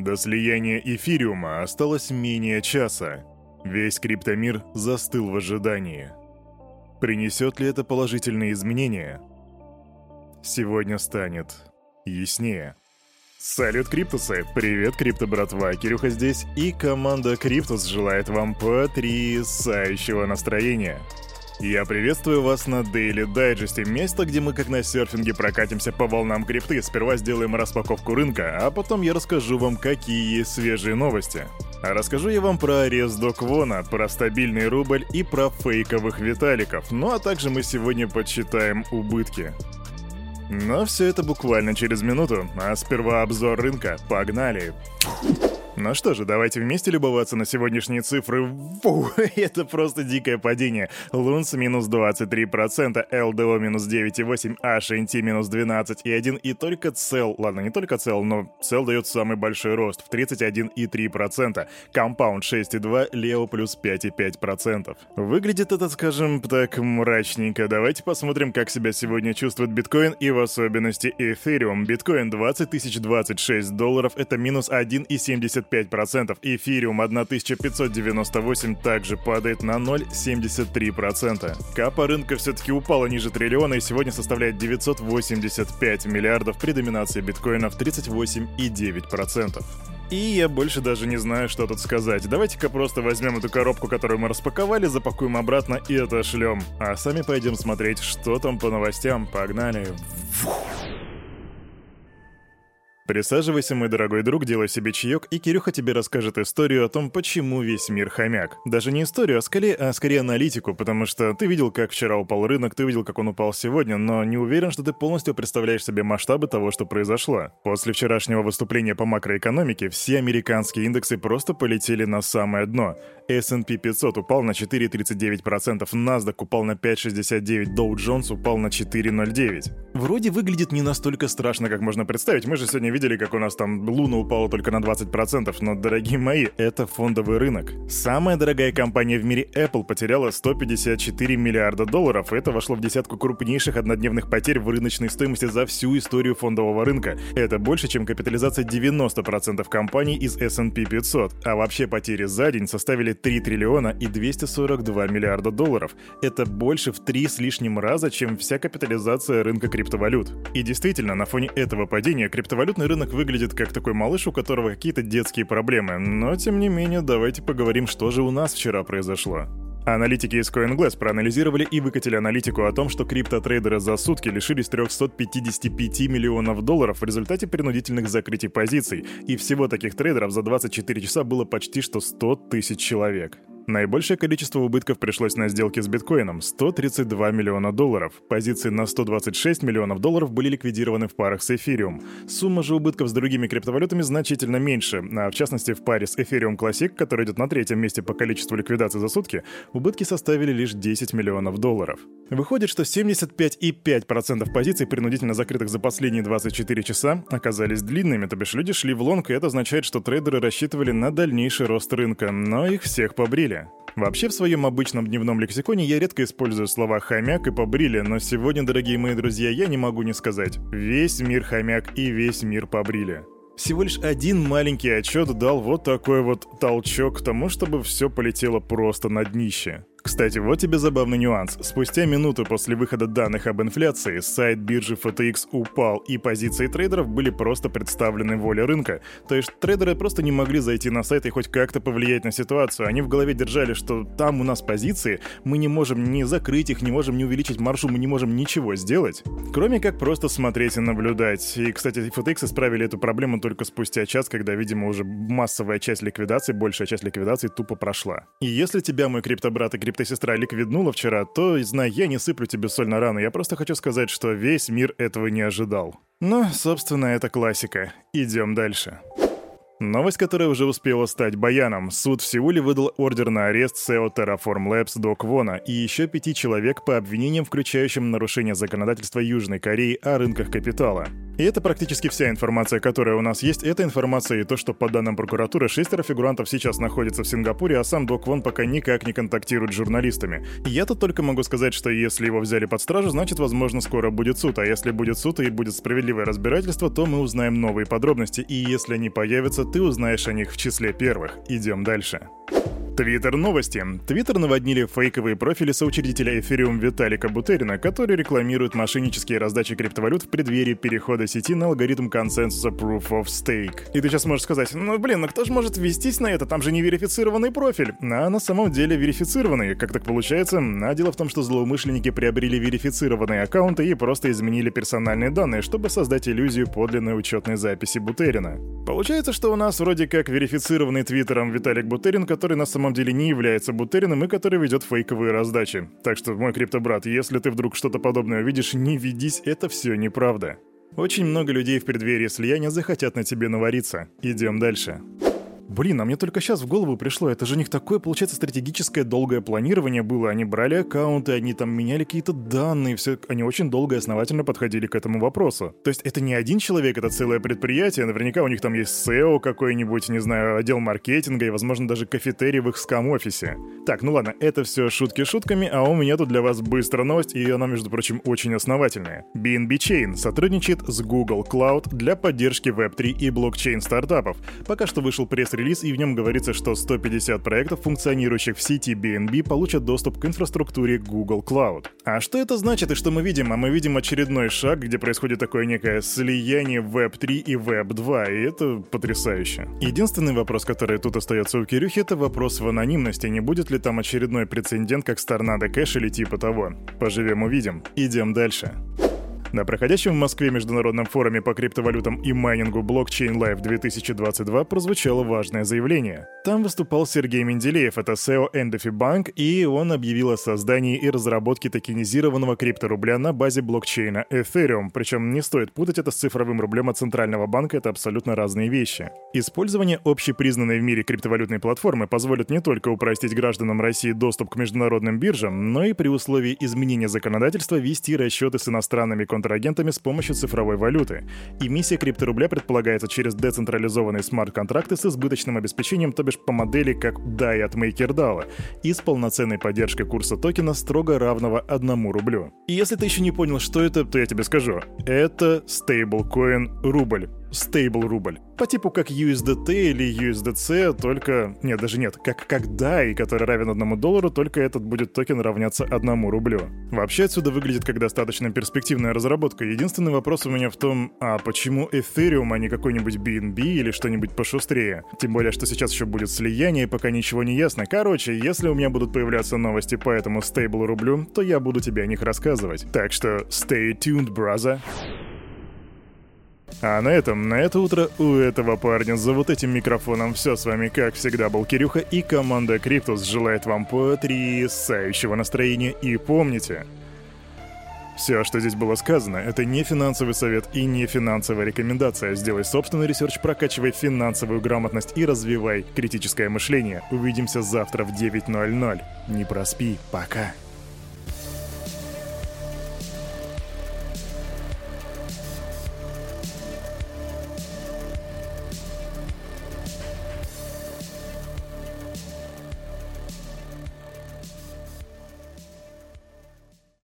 До слияния эфириума осталось менее часа. Весь криптомир застыл в ожидании. Принесет ли это положительные изменения? Сегодня станет яснее. Салют, Криптусы! Привет, крипто-братва! Кирюха здесь, и команда Криптус желает вам потрясающего настроения. Я приветствую вас на Daily Digest, место, где мы как на серфинге прокатимся по волнам крипты. Сперва сделаем распаковку рынка, а потом я расскажу вам, какие есть свежие новости. А расскажу я вам про арест до Квона, про стабильный рубль и про фейковых Виталиков. Ну а также мы сегодня подсчитаем убытки. Но все это буквально через минуту, а сперва обзор рынка. Погнали! Ну что же, давайте вместе любоваться на сегодняшние цифры. Фу, это просто дикое падение. Лунс минус 23%, ЛДО минус 9,8%, HNT минус 12,1% и только CEL, ладно, не только CEL, но CEL дает самый большой рост в 31,3%. Compound 6,2%, Leo плюс 5,5%. Выглядит это, скажем так, мрачненько. Давайте посмотрим, как себя сегодня чувствует биткоин и в особенности эфириум. Биткоин $20 026, это минус 1,75%. Эфириум 1598 также падает на 0,73%. Капа рынка все-таки упала ниже триллиона и сегодня составляет 985 миллиардов при доминации биткоина в 38,9%. И я больше даже не знаю, что тут сказать. Давайте-ка просто возьмем эту коробку, которую мы распаковали, запакуем обратно и отошлем. А сами пойдем смотреть, что там по новостям. Погнали! Присаживайся, мой дорогой друг, делай себе чаек, и Кирюха тебе расскажет историю о том, почему весь мир хомяк. Даже не историю, а скорее аналитику, потому что ты видел, как вчера упал рынок, ты видел, как он упал сегодня, но не уверен, что ты полностью представляешь себе масштабы того, что произошло. После вчерашнего выступления по макроэкономике все американские индексы просто полетели на самое дно. S&P 500 упал на 4,39%, NASDAQ упал на 5,69%, Dow Jones упал на 4,09%. Вроде выглядит не настолько страшно, как можно представить. Мы же сегодня видели, как у нас там Луна упала только на 20%, но, дорогие мои, это фондовый рынок. Самая дорогая компания в мире Apple потеряла $154 миллиарда, и это вошло в десятку крупнейших однодневных потерь в рыночной стоимости за всю историю фондового рынка. Это больше, чем капитализация 90% компаний из S&P 500, а вообще потери за день составили 3 триллиона и 242 миллиарда долларов. Это больше в 3 с лишним раза, чем вся капитализация рынка криптовалют. И действительно, на фоне этого падения криптовалютный рынок выглядит как такой малыш, у которого какие-то детские проблемы. Но, тем не менее, давайте поговорим, что же у нас вчера произошло. Аналитики из CoinGlass проанализировали и выкатили аналитику о том, что криптотрейдеры за сутки лишились 355 миллионов долларов в результате принудительных закрытий позиций, и всего таких трейдеров за 24 часа было почти что 100 тысяч человек. Наибольшее количество убытков пришлось на сделки с биткоином – 132 миллиона долларов. Позиции на 126 миллионов долларов были ликвидированы в парах с эфириум. Сумма же убытков с другими криптовалютами значительно меньше, а в частности в паре с Ethereum Classic, который идет на третьем месте по количеству ликвидаций за сутки, убытки составили лишь 10 миллионов долларов. Выходит, что 75,5% позиций, принудительно закрытых за последние 24 часа, оказались длинными, то бишь люди шли в лонг, и это означает, что трейдеры рассчитывали на дальнейший рост рынка, но их всех побрили. Вообще, в своем обычном дневном лексиконе я редко использую слова «хомяк» и «побрили», но сегодня, дорогие мои друзья, я не могу не сказать: весь мир хомяк и весь мир побрили. Всего лишь один маленький отчет дал вот такой вот толчок к тому, чтобы все полетело просто на днище. Кстати, вот тебе забавный нюанс. Спустя минуту после выхода данных об инфляции, сайт биржи FTX упал, и позиции трейдеров были просто представлены воле рынка. То есть трейдеры просто не могли зайти на сайт и хоть как-то повлиять на ситуацию. Они в голове держали, что там у нас позиции, мы не можем ни закрыть их, не можем ни увеличить маржу, мы не можем ничего сделать, кроме как просто смотреть и наблюдать. И, кстати, FTX исправили эту проблему только спустя час, когда, видимо, уже массовая часть ликвидации, большая часть ликвидации тупо прошла. И если тебя, мой криптобрат и криптосестра, ликвиднула вчера, то, знай, я не сыплю тебе соль на рану, я просто хочу сказать, что весь мир этого не ожидал. Но, собственно, это классика. Идем дальше. Новость, которая уже успела стать баяном. Суд в Сеуле выдал ордер на арест SEO Terraform Labs до Квона и еще 5 человек по обвинениям, включающим нарушение законодательства Южной Кореи о рынках капитала. И это практически вся информация, которая у нас есть. Это информация и то, что по данным прокуратуры 6 фигурантов сейчас находятся в Сингапуре, а сам До Квон пока никак не контактирует с журналистами. Я тут только могу сказать, что если его взяли под стражу, значит, возможно, скоро будет суд. А если будет суд и будет справедливое разбирательство, то мы узнаем новые подробности. И если они появятся, ты узнаешь о них в числе первых. Идем дальше. Твиттер новости. Твиттер наводнили фейковые профили соучредителя Ethereum Виталика Бутерина, который рекламирует мошеннические раздачи криптовалют в преддверии перехода сети на алгоритм консенсуса Proof of Stake. И ты сейчас можешь сказать, ну кто же может вестись на это, там же не верифицированный профиль. А на самом деле верифицированный. Как так получается? А дело в том, что злоумышленники приобрели верифицированные аккаунты и просто изменили персональные данные, чтобы создать иллюзию подлинной учетной записи Бутерина. Получается, что у нас вроде как верифицированный твиттером Виталик Бутерин, который на самом деле не является Бутериным и который ведет фейковые раздачи. Так что, мой криптобрат, если ты вдруг что-то подобное видишь, не ведись, это все неправда. Очень много людей в преддверии слияния захотят на тебе навариться. Идем дальше. Блин, а мне только сейчас в голову пришло, это же у них такое, получается, стратегическое долгое планирование было. Они брали аккаунты, они там меняли какие-то данные, все, они очень долго и основательно подходили к этому вопросу. То есть это не один человек, это целое предприятие, наверняка у них там есть SEO какой-нибудь, не знаю, отдел маркетинга и, возможно, даже кафетерий в их скам-офисе. Так, ну ладно, это все шутки шутками, а у меня тут для вас быстрая новость, и она, между прочим, очень основательная. BNB Chain сотрудничает с Google Cloud для поддержки Web3 и блокчейн-стартапов. Пока что вышел пресс-релиз, и в нем говорится, что 150 проектов, функционирующих в сети BNB, получат доступ к инфраструктуре Google Cloud. А что это значит и что мы видим? А мы видим очередной шаг, где происходит такое некое слияние Web3 и Web2, и это потрясающе. Единственный вопрос, который тут остается у Кирюхи, это вопрос в анонимности. Не будет ли там очередной прецедент, как с Tornado Cash или типа того? Поживем увидим. Идем дальше. На проходящем в Москве международном форуме по криптовалютам и майнингу Blockchain Live 2022 прозвучало важное заявление. Там выступал Сергей Менделеев, это SEO Endefi Bank, и он объявил о создании и разработке токенизированного крипторубля на базе блокчейна Ethereum. Причем не стоит путать это с цифровым рублем от Центрального банка, это абсолютно разные вещи. Использование общепризнанной в мире криптовалютной платформы позволит не только упростить гражданам России доступ к международным биржам, но и при условии изменения законодательства вести расчеты с иностранными контрагентами с помощью цифровой валюты. Эмиссия крипторубля предполагается через децентрализованные смарт-контракты с избыточным обеспечением, то бишь по модели как DAI от MakerDAO, и с полноценной поддержкой курса токена строго равного 1 рублю. И если ты еще не понял, что это, то я тебе скажу. Это стейблкоин рубль. Стейбл рубль. По типу как USDT или USDC, только... Нет, даже нет. Как DAI, который равен $1, только этот будет токен равняться 1 рублю. Вообще отсюда выглядит как достаточно перспективная разработка. Единственный вопрос у меня в том, а почему Ethereum, а не какой-нибудь BNB или что-нибудь пошустрее? Тем более, что сейчас еще будет слияние, пока ничего не ясно. Короче, если у меня будут появляться новости по этому стейбл рублю, то я буду тебе о них рассказывать. Так что stay tuned, brother. А на это утро у этого парня за вот этим микрофоном все. С вами, как всегда, был Кирюха, и команда Криптус желает вам потрясающего настроения. И помните, все, что здесь было сказано, это не финансовый совет и не финансовая рекомендация. Сделай собственный ресерч, прокачивай финансовую грамотность и развивай критическое мышление. Увидимся завтра в 9:00. Не проспи. Пока.